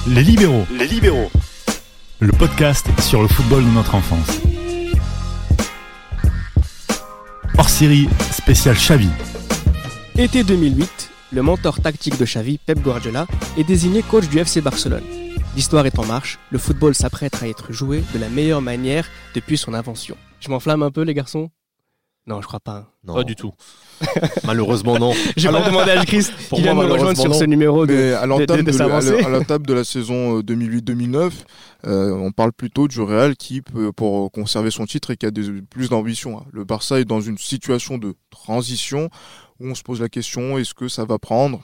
Les libéraux. Les libéraux. Le podcast sur le football de notre enfance. Hors série spécial Xavi. Été 2008, le mentor tactique de Xavi, Pep Guardiola, est désigné coach du FC Barcelone. L'histoire est en marche, le football s'apprête à être joué de la meilleure manière depuis son invention. Je m'enflamme un peu les garçons ? Non, je crois pas. Non. Pas du tout. Malheureusement, non. Je vais pas demander à Christ qui vient de nous rejoindre sur ce numéro Mais à l'entame de s'avancer. à l'entame de la saison 2008-2009, on parle plutôt du Real qui, pour conserver son titre et qui a plus d'ambition. Le Barça est dans une situation de transition où on se pose la question, est-ce que ça va prendre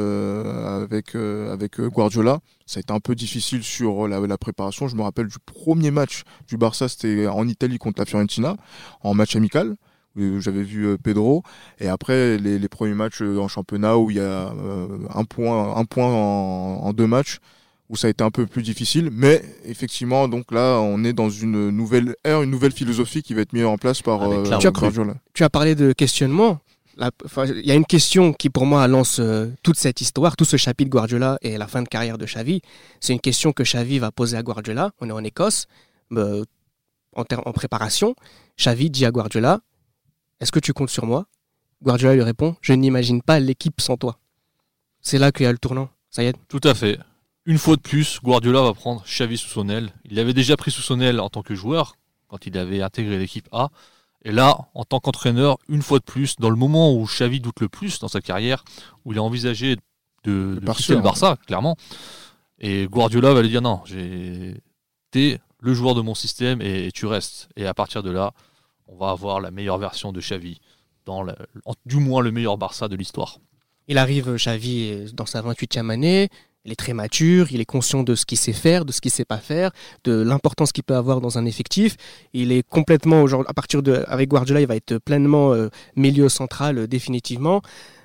avec Guardiola ? Ça a été un peu difficile sur la préparation. Je me rappelle du premier match du Barça, c'était en Italie contre la Fiorentina, en match amical. J'avais vu Pedro, et après les premiers matchs en championnat où il y a un point en deux matchs, où ça a été un peu plus difficile, mais effectivement, donc là, on est dans une nouvelle ère, une nouvelle philosophie qui va être mise en place par Guardiola. Tu as parlé de questionnement. Il y a une question qui, pour moi, lance toute cette histoire, tout ce chapitre Guardiola et la fin de carrière de Xavi. C'est une question que Xavi va poser à Guardiola. On est en Écosse, en préparation. Xavi dit à Guardiola: est-ce que tu comptes sur moi ? Guardiola lui répond: je n'imagine pas l'équipe sans toi. C'est là qu'il y a le tournant. Ça y est. Tout à fait. Une fois de plus, Guardiola va prendre Xavi sous son aile. Il l'avait déjà pris sous son aile en tant que joueur, quand il avait intégré l'équipe A. Et là, en tant qu'entraîneur, une fois de plus, dans le moment où Xavi doute le plus dans sa carrière, où il a envisagé de quitter le Barça, clairement, et Guardiola va lui dire: non, t'es le joueur de mon système et tu restes. Et à partir de là, on va avoir la meilleure version de Xavi, du moins le meilleur Barça de l'histoire. Il arrive, Xavi, dans sa 28e année. Il est très mature, il est conscient de ce qu'il sait faire, de ce qu'il ne sait pas faire, de l'importance qu'il peut avoir dans un effectif. Il est complètement, avec Guardiola, il va être pleinement milieu central définitivement.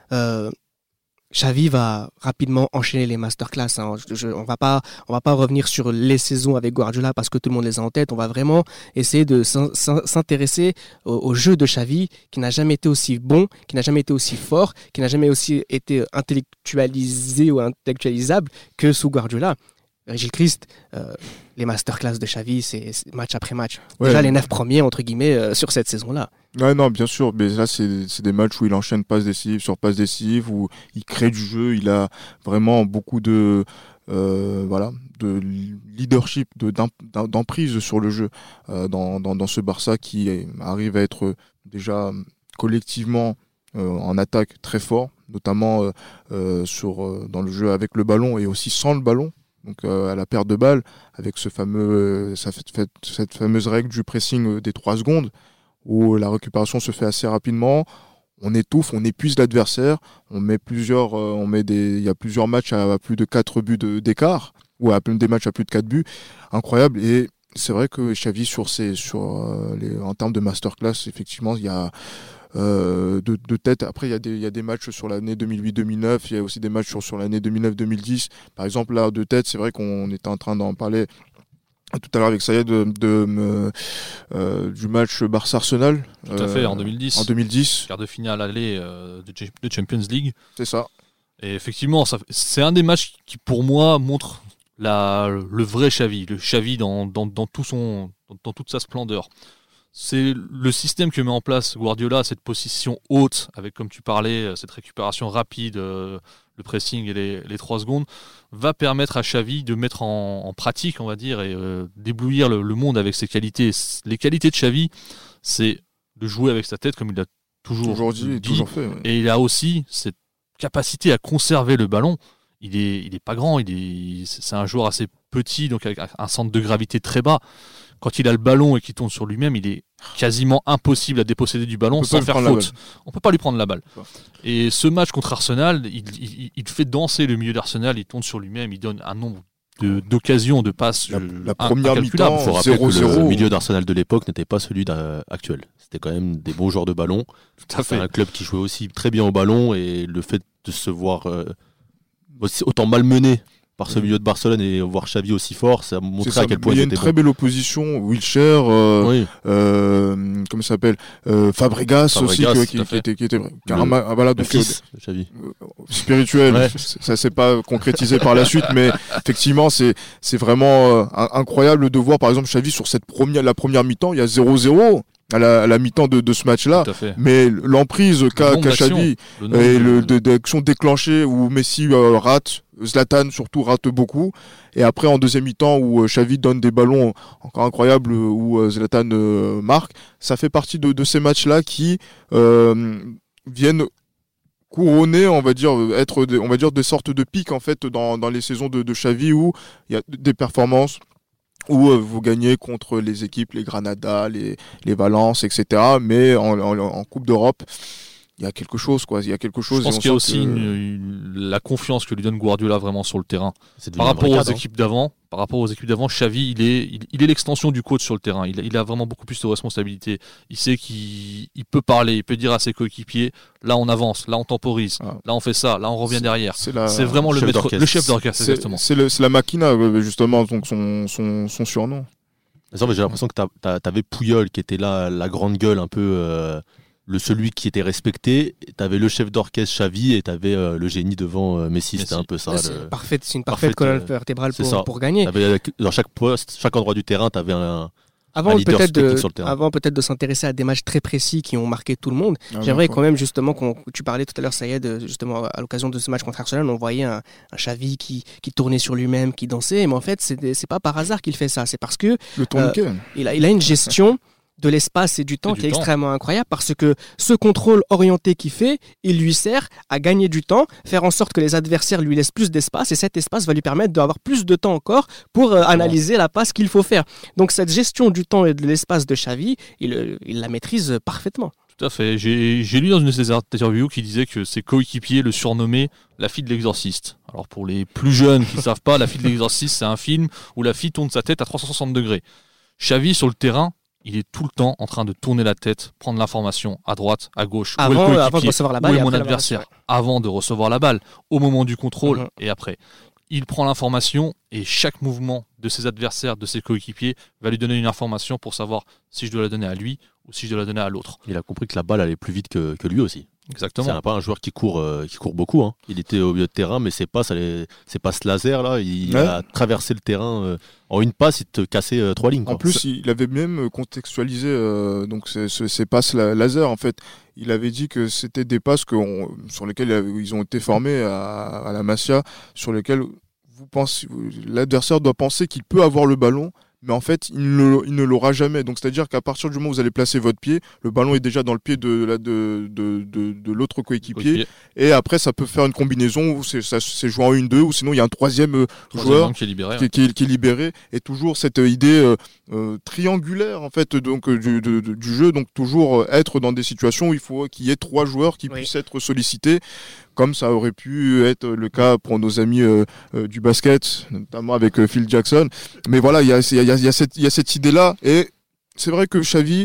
Xavi va rapidement enchaîner les masterclass. On va pas revenir sur les saisons avec Guardiola parce que tout le monde les a en tête. On va vraiment essayer de s'intéresser au jeu de Xavi, qui n'a jamais été aussi bon, qui n'a jamais été aussi fort, qui n'a jamais aussi été intellectualisé ou intellectualisable que sous Guardiola. Gilles Christ, les masterclass de Xavi, c'est match après match. Ouais. Déjà les 9 premiers, entre guillemets, sur cette saison-là. Ouais, non, bien sûr, mais là, c'est des matchs où il enchaîne passe décisive sur passe décisive, où il crée du jeu, il a vraiment beaucoup de leadership, d'emprise sur le jeu dans ce Barça qui arrive à être déjà collectivement en attaque très fort, notamment dans le jeu avec le ballon et aussi sans le ballon. Donc à la perte de balle, avec cette fameuse règle du pressing des 3 secondes, où la récupération se fait assez rapidement, on étouffe, on épuise l'adversaire, il y a plusieurs matchs à plus de 4 buts d'écart, ou des matchs à plus de 4 buts, incroyable. Et c'est vrai que Xavi, en termes de masterclass, effectivement, il y a de tête. Après, il y a des matchs sur l'année 2008-2009, il y a aussi des matchs sur l'année 2009-2010. Par exemple, là, de tête, c'est vrai qu'on était en train d'en parler tout à l'heure avec Sayed du match Barça-Arsenal. Tout à fait, en 2010. En 2010. Quart de finale aller de Champions League. C'est ça. Et effectivement, c'est un des matchs qui, pour moi, montre le vrai Xavi. Le Xavi dans toute sa splendeur. C'est le système que met en place Guardiola, cette position haute, avec, comme tu parlais, cette récupération rapide, le pressing et les 3 secondes, va permettre à Xavi de mettre en pratique, on va dire, et d'éblouir le monde avec ses qualités. Les qualités de Xavi, c'est de jouer avec sa tête, comme il l'a toujours dit et toujours fait. Ouais. Et il a aussi cette capacité à conserver le ballon. Il est pas grand, c'est un joueur assez petit, donc avec un centre de gravité très bas. Quand il a le ballon et qu'il tourne sur lui-même, il est quasiment impossible à déposséder du ballon sans faire faute. On ne peut pas lui prendre la balle. Et ce match contre Arsenal, il fait danser le milieu d'Arsenal, il tourne sur lui-même, il donne un nombre d'occasions, de passes la première mi-temps, il faut rappeler que le milieu d'Arsenal de l'époque n'était pas celui actuel. C'était quand même des bons joueurs de ballon. C'était un club qui jouait aussi très bien au ballon, et le fait de se voir autant malmené par ce milieu de Barcelone et voir Xavi aussi fort, ça montrait à quel point il y a c'était une très belle opposition. Wilshere, comment ça s'appelle, Fabregas aussi, qui était voilà, donc Xavi. Spirituel. Ouais. Ça s'est pas concrétisé par la suite, mais effectivement, c'est vraiment incroyable de voir par exemple Xavi sur la première mi-temps, il y a 0-0. À la mi-temps de ce match-là, mais l'emprise qu'a Xavi et d'action déclenchée où Messi rate, Zlatan surtout rate beaucoup, et après en deuxième mi-temps où Xavi donne des ballons encore incroyables où Zlatan marque, ça fait partie de ces matchs-là qui viennent couronner, on va dire des sortes de pics en fait dans les saisons de Xavi où il y a des performances où vous gagnez contre les équipes, les Granada, les Valence, etc. Mais en Coupe d'Europe, il y a quelque chose, quoi. Il y a quelque chose. Je pense qu'il y a aussi la confiance que lui donne Guardiola vraiment sur le terrain. Par rapport aux équipes d'avant, Xavi, il est l'extension du coach sur le terrain. Il a vraiment beaucoup plus de responsabilités. Il sait qu'il peut parler, il peut dire à ses coéquipiers, là on avance, là on temporise, là on fait ça, là on revient derrière. C'est vraiment le chef d'orchestre, exactement. C'est la Machina, justement, donc son surnom. Mais j'ai l'impression que t'avais Puyol qui était là, la grande gueule un peu... celui qui était respecté, t'avais le chef d'orchestre Xavi et t'avais le génie devant Messi, c'était un peu ça. C'est une parfaite colonne vertébrale pour gagner. Dans chaque poste, chaque endroit du terrain, t'avais un leader technique sur le terrain. Avant peut-être de s'intéresser à des matchs très précis qui ont marqué tout le monde, j'aimerais quand même justement, tu parlais tout à l'heure Sayed, justement à l'occasion de ce match contre Arsenal, on voyait un Xavi qui tournait sur lui-même, qui dansait, mais en fait c'est pas par hasard qu'il fait ça, c'est parce que il a une gestion de l'espace et du temps qui est extrêmement incroyable, parce que ce contrôle orienté qu'il fait, il lui sert à gagner du temps, faire en sorte que les adversaires lui laissent plus d'espace, et cet espace va lui permettre d'avoir plus de temps encore pour analyser la passe qu'il faut faire. Donc cette gestion du temps et de l'espace de Xavi, il la maîtrise parfaitement. Tout à fait. J'ai lu dans une de ses interviews qui disait que ses coéquipiers le surnommaient la fille de l'exorciste. Alors pour les plus jeunes qui ne savent pas, la fille de l'exorciste, c'est un film où la fille tourne sa tête à 360 degrés. Xavi sur le terrain, il est tout le temps en train de tourner la tête, prendre l'information à droite, à gauche, avant de recevoir la balle, où est mon adversaire, avant de recevoir la balle, au moment du contrôle et après. Il prend l'information et chaque mouvement de ses adversaires, de ses coéquipiers, va lui donner une information pour savoir si je dois la donner à lui ou si je dois la donner à l'autre. Il a compris que la balle allait plus vite que lui aussi. Exactement. C'est pas un joueur qui court beaucoup. Hein. Il était au milieu de terrain, mais c'est pas ce laser là. Il a traversé le terrain en une passe, il te cassait 3 lignes. Quoi. En plus, il avait même contextualisé donc ces passes laser. En fait, il avait dit que c'était des passes sur lesquelles ils ont été formés à la Masia, sur lesquelles l'adversaire doit penser qu'il peut avoir le ballon. Mais en fait, il ne l'aura jamais. Donc, c'est-à-dire qu'à partir du moment où vous allez placer votre pied, le ballon est déjà dans le pied de l'autre coéquipier. Et après, ça peut faire une combinaison où c'est joué en 1-2, ou sinon il y a un troisième joueur qui est libéré. Et toujours cette idée triangulaire en fait, donc, du jeu. Donc, toujours être dans des situations où il faut qu'il y ait 3 joueurs qui puissent être sollicités, comme ça aurait pu être le cas pour nos amis du basket, notamment avec Phil Jackson. Mais voilà, il y a cette idée-là, et c'est vrai que Xavi,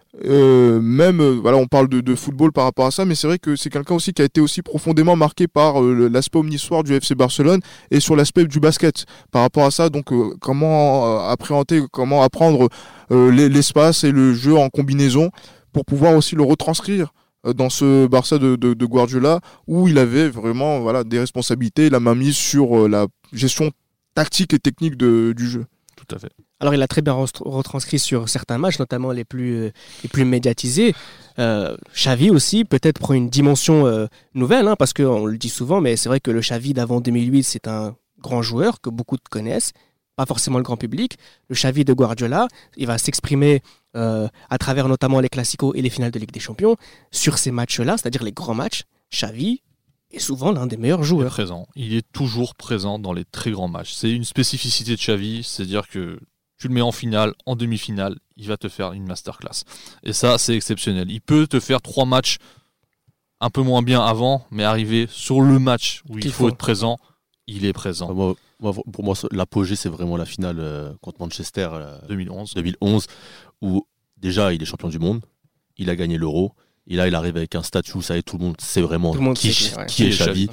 on parle de football par rapport à ça, mais c'est vrai que c'est quelqu'un aussi qui a été aussi profondément marqué par l'aspect omniscient du FC Barcelone et sur l'aspect du basket. Par rapport à ça, donc comment appréhender, comment apprendre l'espace et le jeu en combinaison pour pouvoir aussi le retranscrire dans ce Barça de Guardiola, où il avait vraiment des responsabilités, la main mise sur la gestion tactique et technique du jeu. Tout à fait. Alors il a très bien retranscrit sur certains matchs, notamment les plus médiatisés. Xavi aussi peut-être prend une dimension nouvelle, parce qu'on le dit souvent, mais c'est vrai que le Xavi d'avant 2008, c'est un grand joueur que beaucoup connaissent, pas forcément le grand public. Le Xavi de Guardiola, il va s'exprimer à travers notamment les Classicos et les finales de Ligue des Champions. Sur ces matchs-là, c'est-à-dire les grands matchs, Xavi est souvent l'un des meilleurs joueurs. Il est toujours présent dans les très grands matchs. C'est une spécificité de Xavi, c'est-à-dire que tu le mets en finale, en demi-finale, il va te faire une masterclass. Et ça, c'est exceptionnel. Il peut te faire 3 matchs un peu moins bien avant, mais arriver sur le match où il faut être présent, il est présent. Pour moi, l'apogée, c'est vraiment la finale contre Manchester 2011, où déjà, il est champion du monde, il a gagné l'Euro, et là, il arrive avec un statut, vous savez, tout le monde sait vraiment qui est Xavi.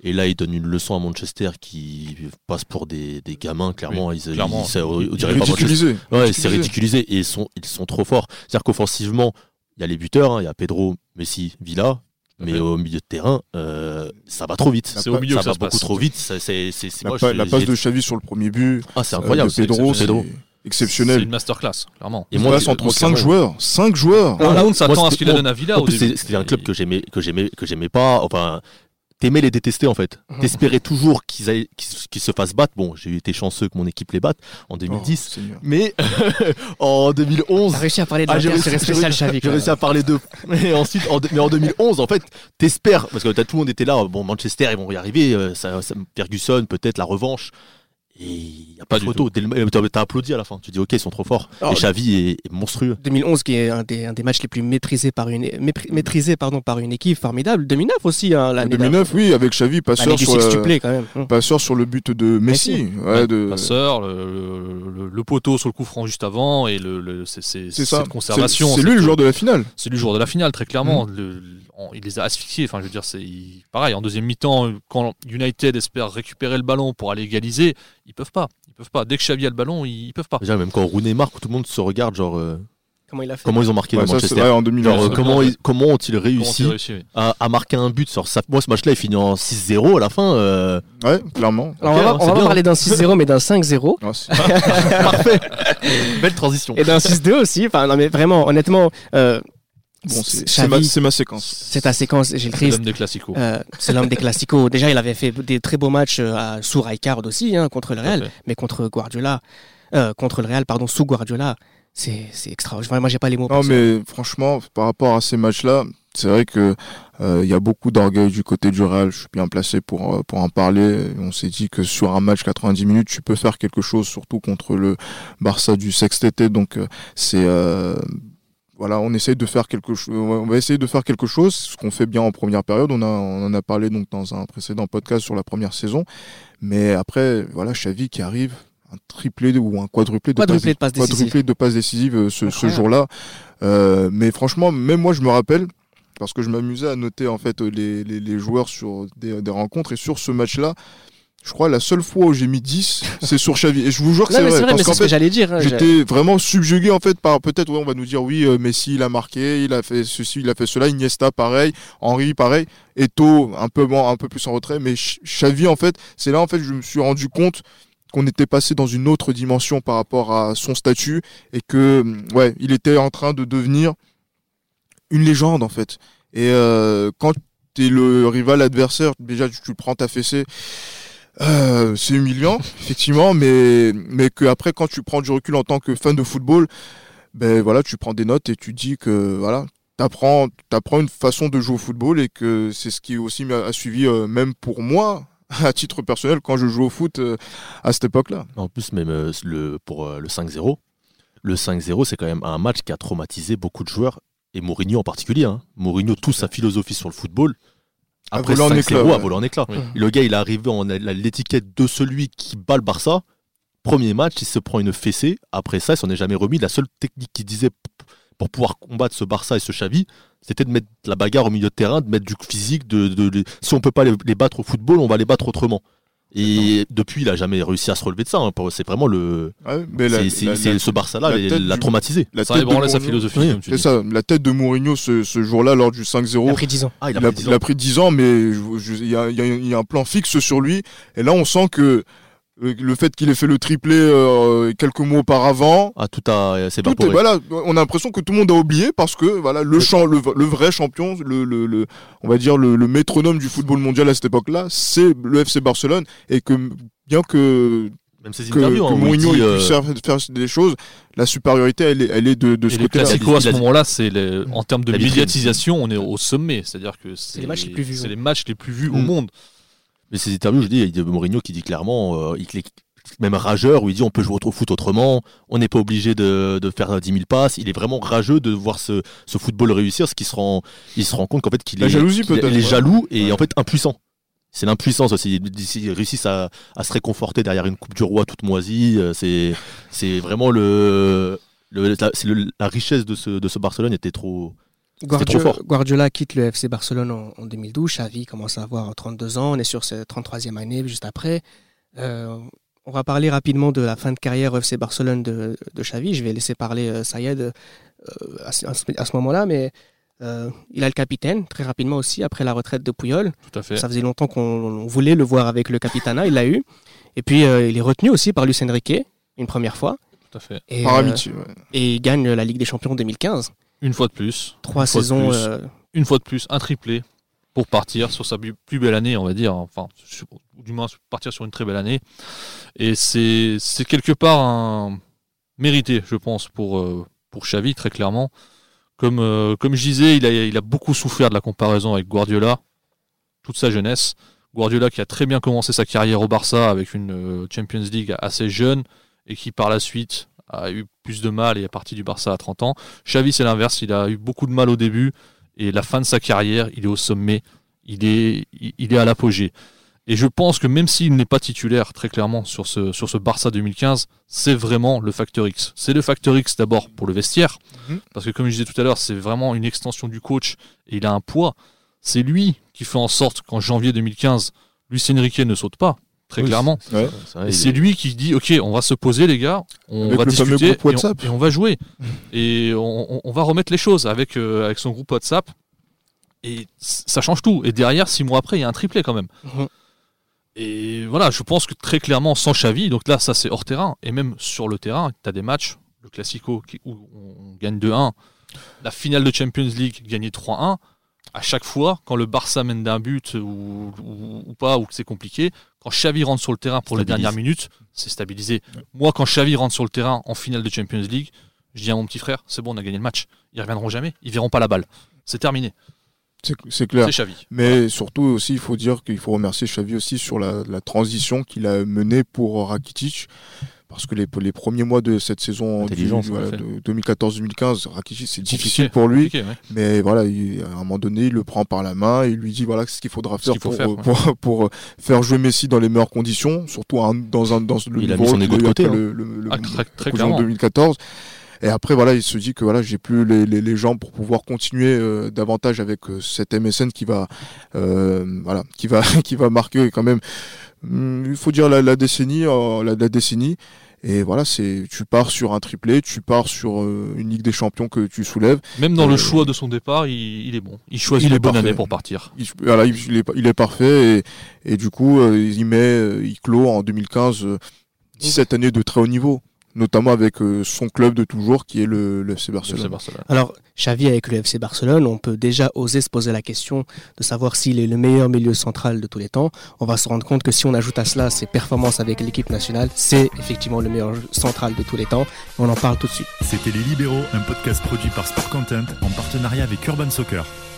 Et là, il donne une leçon à Manchester qui passe pour des gamins, clairement. Oui, Ils, clairement. on dirait pas Ridiculisé. Ouais, c'est ridiculisé et ils sont trop forts. C'est-à-dire qu'offensivement, il y a les buteurs, il y a Pedro, Messi, Villa, mais au milieu de terrain, ça va trop vite. C'est au milieu ça que ça va se beaucoup passe. trop vite. La passe de Xavi sur le premier but, c'est incroyable. de Pedro, c'est c'est exceptionnel. C'est une masterclass, clairement. Et Il moi, passe entre 5 clairement, joueurs. 5 joueurs. Tout le monde s'attend moi, à ce qu'il la donne à Villa. En au plus, début. c'était un club que j'aimais pas. Enfin, t'aimais les détester en fait. T'espérais toujours qu'ils se fassent battre. Bon, j'ai été chanceux que mon équipe les batte en 2010. Oh, Seigneur. Mais en 2011, T'as réussi à parler de j'ai l'intérêt spécial Xavi. j'ai réussi à parler d'eux. Et ensuite, mais en 2011, en fait, t'espères, parce que tout le monde était là, bon, Manchester, ils vont y arriver, Ferguson, peut-être la revanche. Et il n'y a pas de photo. T'as applaudi à la fin. Tu dis, ok, ils sont trop forts. Alors, et Xavi est monstrueux. 2011 qui est un des matchs les plus maîtrisés par une équipe formidable. 2009 aussi, hein, l'année 2009, oui, avec Xavi, l'année du sextuplé quand même. passeur sur le but de Messi. Ouais, de... Passeur, le poteau sur le coup franc juste avant et c'est ça. cette conservation. C'est lui le joueur de la finale. C'est lui le joueur de la finale, très clairement. Il les a asphyxiés. Enfin, je veux dire, pareil, en deuxième mi-temps, quand United espère récupérer le ballon pour aller égaliser, ils peuvent pas. Dès que Xavi a le ballon, ils peuvent pas. Déjà, même quand Rooney marque, tout le monde se regarde, genre, Comment il a fait comment ils ont marqué Ouais, dans ça, Manchester. c'est vrai, en 2009. Genre, ça, comment ouais. comment ont-ils réussi Oui. à marquer un but sur ça. Moi, ce match-là, il finit en 6-0 à la fin. Ouais, clairement. Alors, Ok, on va c'est pas bien. parler d'un 6-0 mais d'un 5-0 Ah, c'est- Parfait. Belle transition. et d'un 6-2 aussi. Enfin non mais vraiment honnêtement Bon, c'est Xavi, ma séquence. c'est ta séquence, j'ai le C'est triste. l'homme des classicos. C'est l'homme des classicos. Déjà, il avait fait des très beaux matchs sous Rijkaard aussi, hein, contre le Tout à Real, fait. mais contre le Real, sous Guardiola, c'est extraordinaire. Moi, j'ai pas les mots. Non, pour ça. mais franchement, par rapport à ces matchs-là, c'est vrai que il y a beaucoup d'orgueil du côté du Real. Je suis bien placé pour en parler. On s'est dit que sur un match 90 minutes, tu peux faire quelque chose, surtout contre le Barça du Sextete. Donc c'est voilà, on essaye de faire quelque chose. On va essayer de faire quelque chose, ce qu'on fait bien en première période. On en a parlé donc dans un précédent podcast sur la première saison. Mais après, voilà, Xavi qui arrive, un triplé ou un quadruplé Quadruplé de passes décisives. quadruplé de passes décisives ce Incroyable. jour-là. Mais franchement, même moi, je me rappelle, parce que je m'amusais à noter en fait les joueurs sur des rencontres, et sur ce match-là, je crois la seule fois où j'ai mis 10, c'est sur Xavi. Et je vous jure que Non, c'est mais vrai, c'est vrai, mais parce c'est qu'en ce que fait, j'allais dire. Hein, j'étais vraiment subjugué en fait par, peut-être, ouais, on va nous dire oui, Messi il a marqué, il a fait ceci, il a fait cela, Iniesta pareil, Henry pareil, Eto'o un peu plus en retrait, mais Xavi en fait, c'est là en fait je me suis rendu compte qu'on était passé dans une autre dimension par rapport à son statut, et que ouais, il était en train de devenir une légende en fait. Et quand t'es le rival adversaire, déjà tu le prends ta fessée. C'est humiliant, effectivement, mais que après, quand tu prends du recul en tant que fan de football, ben voilà, tu prends des notes et tu dis que voilà, t'apprends une façon de jouer au football, et que c'est ce qui aussi m'a suivi, même pour moi, à titre personnel, quand je joue au foot à cette époque-là. En plus, même pour le 5-0, le 5-0, c'est quand même un match qui a traumatisé beaucoup de joueurs, et Mourinho en particulier. Hein. Mourinho, toute sa philosophie sur le football, après volé en 5-0, éclats, a ouais. volé en éclats. Oui. Le gars, il est arrivé en l'étiquette de celui qui bat le Barça. Premier match, il se prend une fessée. Après ça, il s'en est jamais remis. La seule technique qu'il disait pour pouvoir combattre ce Barça et ce Xavi, c'était de mettre la bagarre au milieu de terrain, de mettre du physique. Si on peut pas les battre au football, on va les battre autrement. Et depuis, il a jamais réussi à se relever de ça. Hein. C'est vraiment Ouais, mais ce Barça-là, la il tête l'a du- traumatisé. la Ça a tête de ébranlé sa Mourinho- philosophie, Oui, comme tu C'est dis. ça, la tête de Mourinho ce jour-là, lors du 5-0. Il a pris 10 ans. Ah, il a Il a, pris 10 il a ans. pris 10 ans, mais il y a un plan fixe sur lui. Et là, on sent que le fait qu'il ait fait le triplé quelques mois auparavant, C'est tout est, évaporé. voilà, on a l'impression que tout le monde a oublié, parce que voilà, le vrai champion, on va dire le métronome du football mondial à cette époque-là, c'est le FC Barcelone. Et que bien que Même ses que interviews, hein, où il Mourinho dit, il puisse faire des choses, la supériorité, elle est de Et ce les côté-là. classicos à Il ce a dit- moment-là, en termes de La vitrine. médiatisation, on est au sommet. C'est-à-dire que c'est les matchs les plus vus, c'est ouais. les matchs les plus vus au Mm. monde. Mais ces interviews, je dis, il y a Mourinho qui dit clairement, il est même rageur, où il dit on peut jouer au foot autrement, on n'est pas obligé de faire 10 000 passes. Il est vraiment rageux de voir ce football réussir, il se rend compte qu'en fait La jalousie, peut-être, il est ouais. jaloux et Ouais. en fait impuissant. C'est l'impuissance aussi. Ils réussissent à se réconforter derrière une Coupe du Roi toute moisie. C'est vraiment la richesse de ce Barcelone était trop trop fort. Guardiola quitte le FC Barcelone en 2012. Xavi commence à avoir 32 ans. On est sur sa 33e année juste après. On va parler rapidement de la fin de carrière au FC Barcelone de Xavi. Je vais laisser parler Sayed à ce moment-là, mais il a le capitaine très rapidement aussi après la retraite de Puyol. Tout à fait. Ça faisait longtemps qu'on voulait le voir avec le capitana, il l'a eu. Et puis il est retenu aussi par Luis Enrique une première fois. Tout à fait. Et, Par amitié. et il gagne la Ligue des Champions en 2015. Une fois de plus. Trois Une fois de saisons. plus. Une fois de plus, un triplé pour partir sur sa plus belle année, on va dire. Enfin, ou du moins partir sur une très belle année. Et c'est quelque part un mérité, je pense, pour Xavi, très clairement. Comme je disais, il a beaucoup souffert de la comparaison avec Guardiola, toute sa jeunesse. Guardiola qui a très bien commencé sa carrière au Barça avec une Champions League assez jeune et qui par la suite a eu plus de mal et est parti du Barça à 30 ans. Xavi, c'est l'inverse, il a eu beaucoup de mal au début et la fin de sa carrière, il est au sommet, il est à l'apogée. Et je pense que même s'il n'est pas titulaire très clairement sur ce Barça 2015, c'est vraiment le facteur X. C'est le facteur X d'abord pour le vestiaire, parce que comme je disais tout à l'heure, c'est vraiment une extension du coach et il a un poids. C'est lui qui fait en sorte qu'en janvier 2015, Luis Enrique ne saute pas, très clairement. Ouais. Et c'est lui qui dit, ok, on va se poser les gars, on Avec va le fameux discuter groupe WhatsApp. et on va jouer. Et on va remettre les choses avec son groupe WhatsApp. Et ça change tout. Et derrière, 6 mois après, il y a un triplé quand même. Et voilà, je pense que très clairement, sans Xavi, donc là, ça c'est hors terrain. Et même sur le terrain, tu as des matchs, le Classico où on gagne 2-1, la finale de Champions League gagnée 3-1. À chaque fois, quand le Barça mène d'un but ou pas, ou que c'est compliqué, quand Xavi rentre sur le terrain pour les dernières minutes, c'est stabilisé. Moi, quand Xavi rentre sur le terrain en finale de Champions League, je dis à mon petit frère, c'est bon, on a gagné le match. Ils reviendront jamais, ils verront pas la balle. C'est terminé. C'est clair. C'est Xavi. Mais surtout aussi, il faut dire qu'il faut remercier Xavi aussi sur la transition qu'il a menée pour Rakitic. Parce que les premiers mois de cette saison de 2014-2015, Rakitic, c'est difficile pour lui. Ouais. Mais voilà, à un moment donné, il le prend par la main et il lui dit voilà ce qu'il faudra faire pour faire jouer Messi dans les meilleures conditions, surtout dans le il a mis son égo de côté. Très clairement. En 2014. Et après, voilà, il se dit que voilà, j'ai plus les jambes pour pouvoir continuer davantage avec cette MSN qui va marquer quand même. Il faut dire la décennie. Et voilà, tu pars sur un triplé, tu pars sur une Ligue des Champions que tu soulèves. Même dans le choix de son départ, il est bon. Il choisit la bonne année pour partir. Il est parfait et du coup, il clôt en 2015 17 années de très haut niveau. Notamment avec son club de toujours qui est le FC Barcelone. Alors, Xavi avec le FC Barcelone, on peut déjà oser se poser la question de savoir s'il est le meilleur milieu central de tous les temps. On va se rendre compte que si on ajoute à cela ses performances avec l'équipe nationale, c'est effectivement le meilleur central de tous les temps. On en parle tout de suite. C'était Les Libéraux, un podcast produit par Sport Content en partenariat avec Urban Soccer.